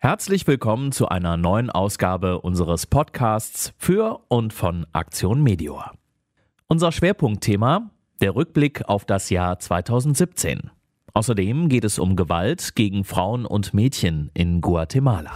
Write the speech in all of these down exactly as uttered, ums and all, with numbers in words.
Herzlich willkommen zu einer neuen Ausgabe unseres Podcasts für und von Aktion Medior. Unser Schwerpunktthema: der Rückblick auf das Jahr zweitausendsiebzehn. Außerdem geht es um Gewalt gegen Frauen und Mädchen in Guatemala.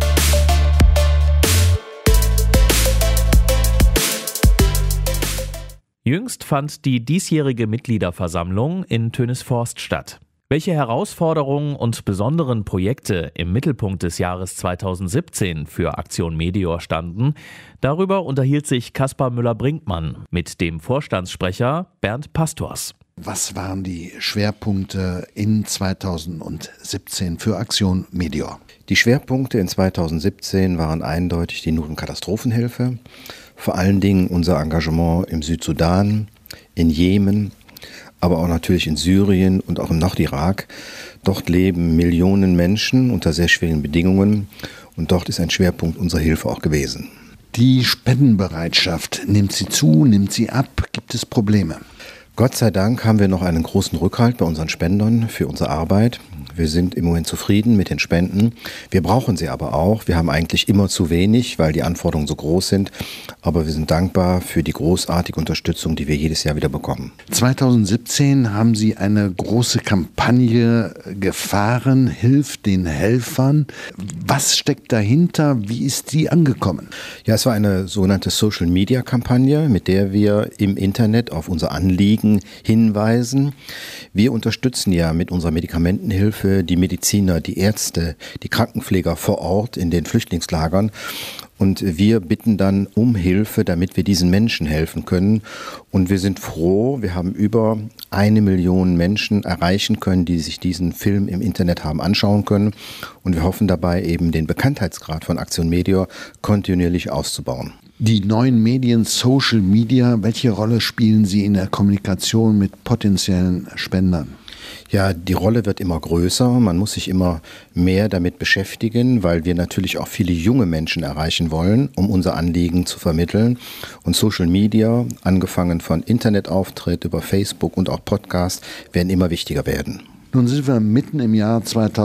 Jüngst fand die diesjährige Mitgliederversammlung in Tönisvorst statt. Welche Herausforderungen und besonderen Projekte im Mittelpunkt des Jahres zweitausendsiebzehn für Aktion Medior standen, darüber unterhielt sich Kaspar Müller-Brinkmann mit dem Vorstandssprecher Bernd Pastors. Was waren die Schwerpunkte in zweitausendsiebzehn für Aktion Medior? Die Schwerpunkte in zweitausendsiebzehn waren eindeutig die Not- und Katastrophenhilfe, vor allen Dingen unser Engagement im Südsudan, in Jemen, aber auch natürlich in Syrien und auch im Nordirak. Dort leben Millionen Menschen unter sehr schwierigen Bedingungen und dort ist ein Schwerpunkt unserer Hilfe auch gewesen. Die Spendenbereitschaft, nimmt sie zu, nimmt sie ab, gibt es Probleme? Gott sei Dank haben wir noch einen großen Rückhalt bei unseren Spendern für unsere Arbeit. Wir sind im Moment zufrieden mit den Spenden. Wir brauchen sie aber auch. Wir haben eigentlich immer zu wenig, weil die Anforderungen so groß sind. Aber wir sind dankbar für die großartige Unterstützung, die wir jedes Jahr wieder bekommen. zweitausendsiebzehn haben Sie eine große Kampagne gefahren, Hilf den Helfern. Was steckt dahinter? Wie ist die angekommen? Ja, es war eine sogenannte Social-Media-Kampagne, mit der wir im Internet auf unser Anliegen hinweisen. Wir unterstützen ja mit unserer Medikamentenhilfe die Mediziner, die Ärzte, die Krankenpfleger vor Ort in den Flüchtlingslagern. Und wir bitten dann um Hilfe, damit wir diesen Menschen helfen können. Und wir sind froh, wir haben über eine Million Menschen erreichen können, die sich diesen Film im Internet haben anschauen können. Und wir hoffen dabei eben den Bekanntheitsgrad von Aktion Medior kontinuierlich auszubauen. Die neuen Medien, Social Media, welche Rolle spielen sie in der Kommunikation mit potenziellen Spendern? Ja, die Rolle wird immer größer. Man muss sich immer mehr damit beschäftigen, weil wir natürlich auch viele junge Menschen erreichen wollen, um unser Anliegen zu vermitteln. Und Social Media, angefangen von Internetauftritt über Facebook und auch Podcast, werden immer wichtiger werden. Nun sind wir mitten im Jahr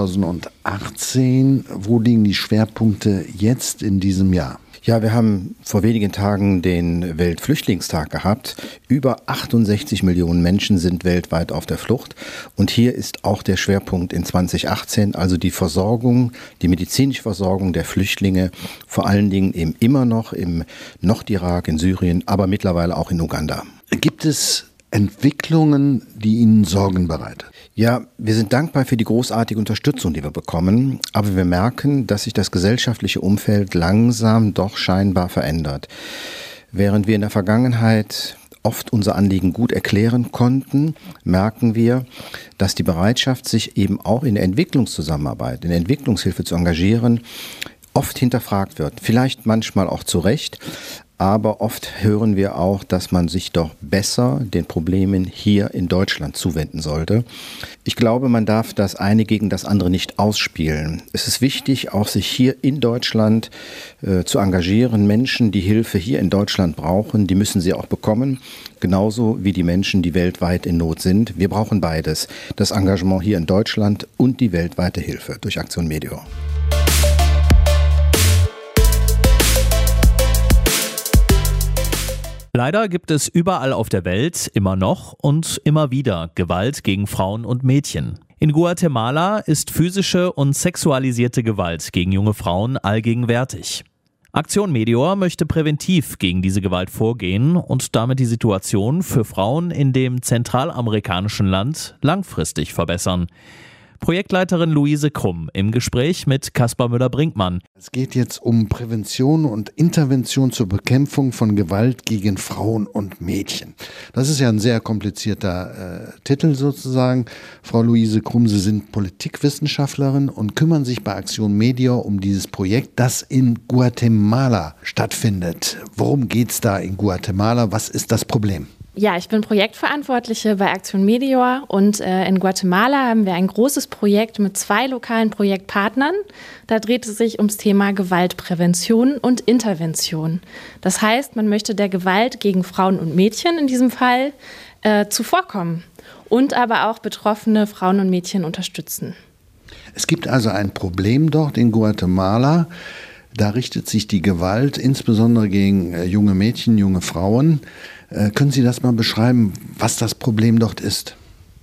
zweitausendachtzehn. Wo liegen die Schwerpunkte jetzt in diesem Jahr? Ja, wir haben vor wenigen Tagen den Weltflüchtlingstag gehabt. Über achtundsechzig Millionen Menschen sind weltweit auf der Flucht. Und hier ist auch der Schwerpunkt in zweitausendachtzehn, also die Versorgung, die medizinische Versorgung der Flüchtlinge, vor allen Dingen eben immer noch im Nordirak, in Syrien, aber mittlerweile auch in Uganda. Gibt es Entwicklungen, die Ihnen Sorgen bereiten? Ja, wir sind dankbar für die großartige Unterstützung, die wir bekommen, aber wir merken, dass sich das gesellschaftliche Umfeld langsam doch scheinbar verändert. Während wir in der Vergangenheit oft unser Anliegen gut erklären konnten, merken wir, dass die Bereitschaft, sich eben auch in der Entwicklungszusammenarbeit, in der Entwicklungshilfe zu engagieren, oft hinterfragt wird. Vielleicht manchmal auch zu Recht. Aber oft hören wir auch, dass man sich doch besser den Problemen hier in Deutschland zuwenden sollte. Ich glaube, man darf das eine gegen das andere nicht ausspielen. Es ist wichtig, auch sich hier in Deutschland äh, zu engagieren. Menschen, die Hilfe hier in Deutschland brauchen, die müssen sie auch bekommen. Genauso wie die Menschen, die weltweit in Not sind. Wir brauchen beides. Das Engagement hier in Deutschland und die weltweite Hilfe durch Aktion Medior. Leider gibt es überall auf der Welt immer noch und immer wieder Gewalt gegen Frauen und Mädchen. In Guatemala ist physische und sexualisierte Gewalt gegen junge Frauen allgegenwärtig. Aktion Medior möchte präventiv gegen diese Gewalt vorgehen und damit die Situation für Frauen in dem zentralamerikanischen Land langfristig verbessern. Projektleiterin Luise Krumm im Gespräch mit Kaspar Müller-Brinkmann. Es geht jetzt um Prävention und Intervention zur Bekämpfung von Gewalt gegen Frauen und Mädchen. Das ist ja ein sehr komplizierter äh, Titel sozusagen. Frau Luise Krumm, Sie sind Politikwissenschaftlerin und kümmern sich bei Aktion Medior um dieses Projekt, das in Guatemala stattfindet. Worum geht es da in Guatemala? Was ist das Problem? Ja, ich bin Projektverantwortliche bei Aktion Medior und äh, in Guatemala haben wir ein großes Projekt mit zwei lokalen Projektpartnern. Da dreht es sich ums Thema Gewaltprävention und Intervention. Das heißt, man möchte der Gewalt gegen Frauen und Mädchen in diesem Fall äh, zuvorkommen und aber auch betroffene Frauen und Mädchen unterstützen. Es gibt also ein Problem dort in Guatemala. Da richtet sich die Gewalt insbesondere gegen äh, junge Mädchen, junge Frauen. Äh, können Sie das mal beschreiben, was das Problem dort ist?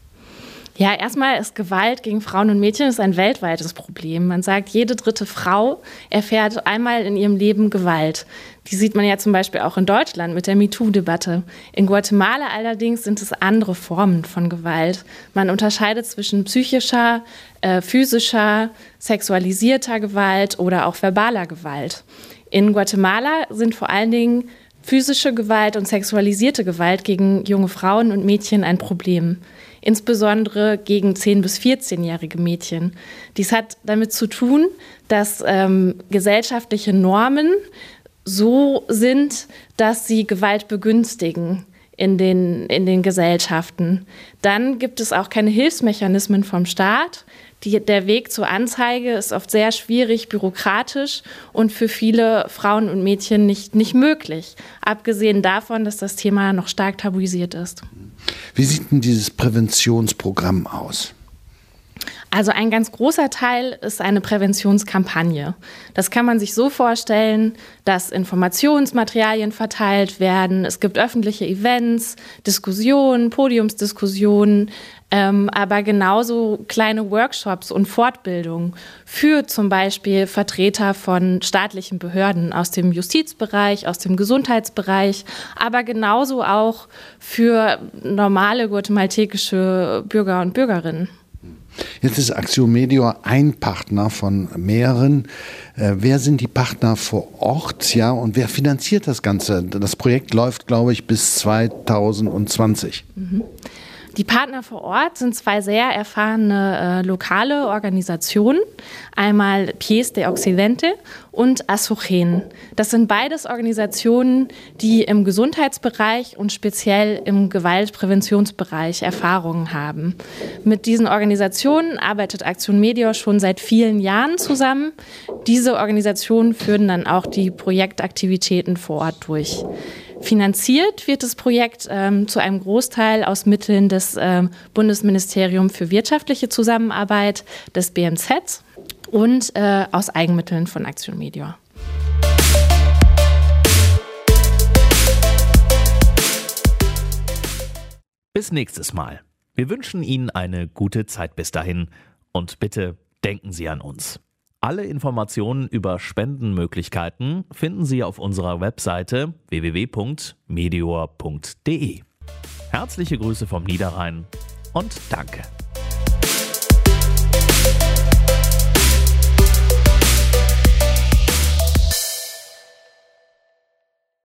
Ja, erstmal ist Gewalt gegen Frauen und Mädchen ist ein weltweites Problem. Man sagt, jede dritte Frau erfährt einmal in ihrem Leben Gewalt. Die sieht man ja zum Beispiel auch in Deutschland mit der MeToo-Debatte. In Guatemala allerdings sind es andere Formen von Gewalt. Man unterscheidet zwischen psychischer, äh, physischer, sexualisierter Gewalt oder auch verbaler Gewalt. In Guatemala sind vor allen Dingen physische Gewalt und sexualisierte Gewalt gegen junge Frauen und Mädchen ein Problem. Insbesondere gegen zehn- bis vierzehnjährige Mädchen. Dies hat damit zu tun, dass ähm, gesellschaftliche Normen so sind, dass sie Gewalt begünstigen in den, in den Gesellschaften. Dann gibt es auch keine Hilfsmechanismen vom Staat. Die, der Weg zur Anzeige ist oft sehr schwierig, bürokratisch und für viele Frauen und Mädchen nicht, nicht möglich. Abgesehen davon, dass das Thema noch stark tabuisiert ist. Wie sieht denn dieses Präventionsprogramm aus? Also ein ganz großer Teil ist eine Präventionskampagne. Das kann man sich so vorstellen, dass Informationsmaterialien verteilt werden. Es gibt öffentliche Events, Diskussionen, Podiumsdiskussionen, ähm, aber genauso kleine Workshops und Fortbildungen für zum Beispiel Vertreter von staatlichen Behörden aus dem Justizbereich, aus dem Gesundheitsbereich, aber genauso auch für normale guatemaltekische Bürger und Bürgerinnen. Jetzt ist Acción Medior ein Partner von mehreren. Äh, wer sind die Partner vor Ort? Ja, und wer finanziert das Ganze? Das Projekt läuft, glaube ich, bis zweitausendzwanzig. Mhm. Die Partner vor Ort sind zwei sehr erfahrene äh, lokale Organisationen. Einmal Pies de Occidente und Azucen. Das sind beides Organisationen, die im Gesundheitsbereich und speziell im Gewaltpräventionsbereich Erfahrungen haben. Mit diesen Organisationen arbeitet Acción Medior schon seit vielen Jahren zusammen. Diese Organisationen führen dann auch die Projektaktivitäten vor Ort durch. Finanziert wird das Projekt ähm, zu einem Großteil aus Mitteln des ähm, Bundesministeriums für wirtschaftliche Zusammenarbeit, des B M Z und äh, aus Eigenmitteln von Acción Medior. Bis nächstes Mal. Wir wünschen Ihnen eine gute Zeit bis dahin und bitte denken Sie an uns. Alle Informationen über Spendenmöglichkeiten finden Sie auf unserer Webseite w w w punkt medior punkt d e. Herzliche Grüße vom Niederrhein und danke.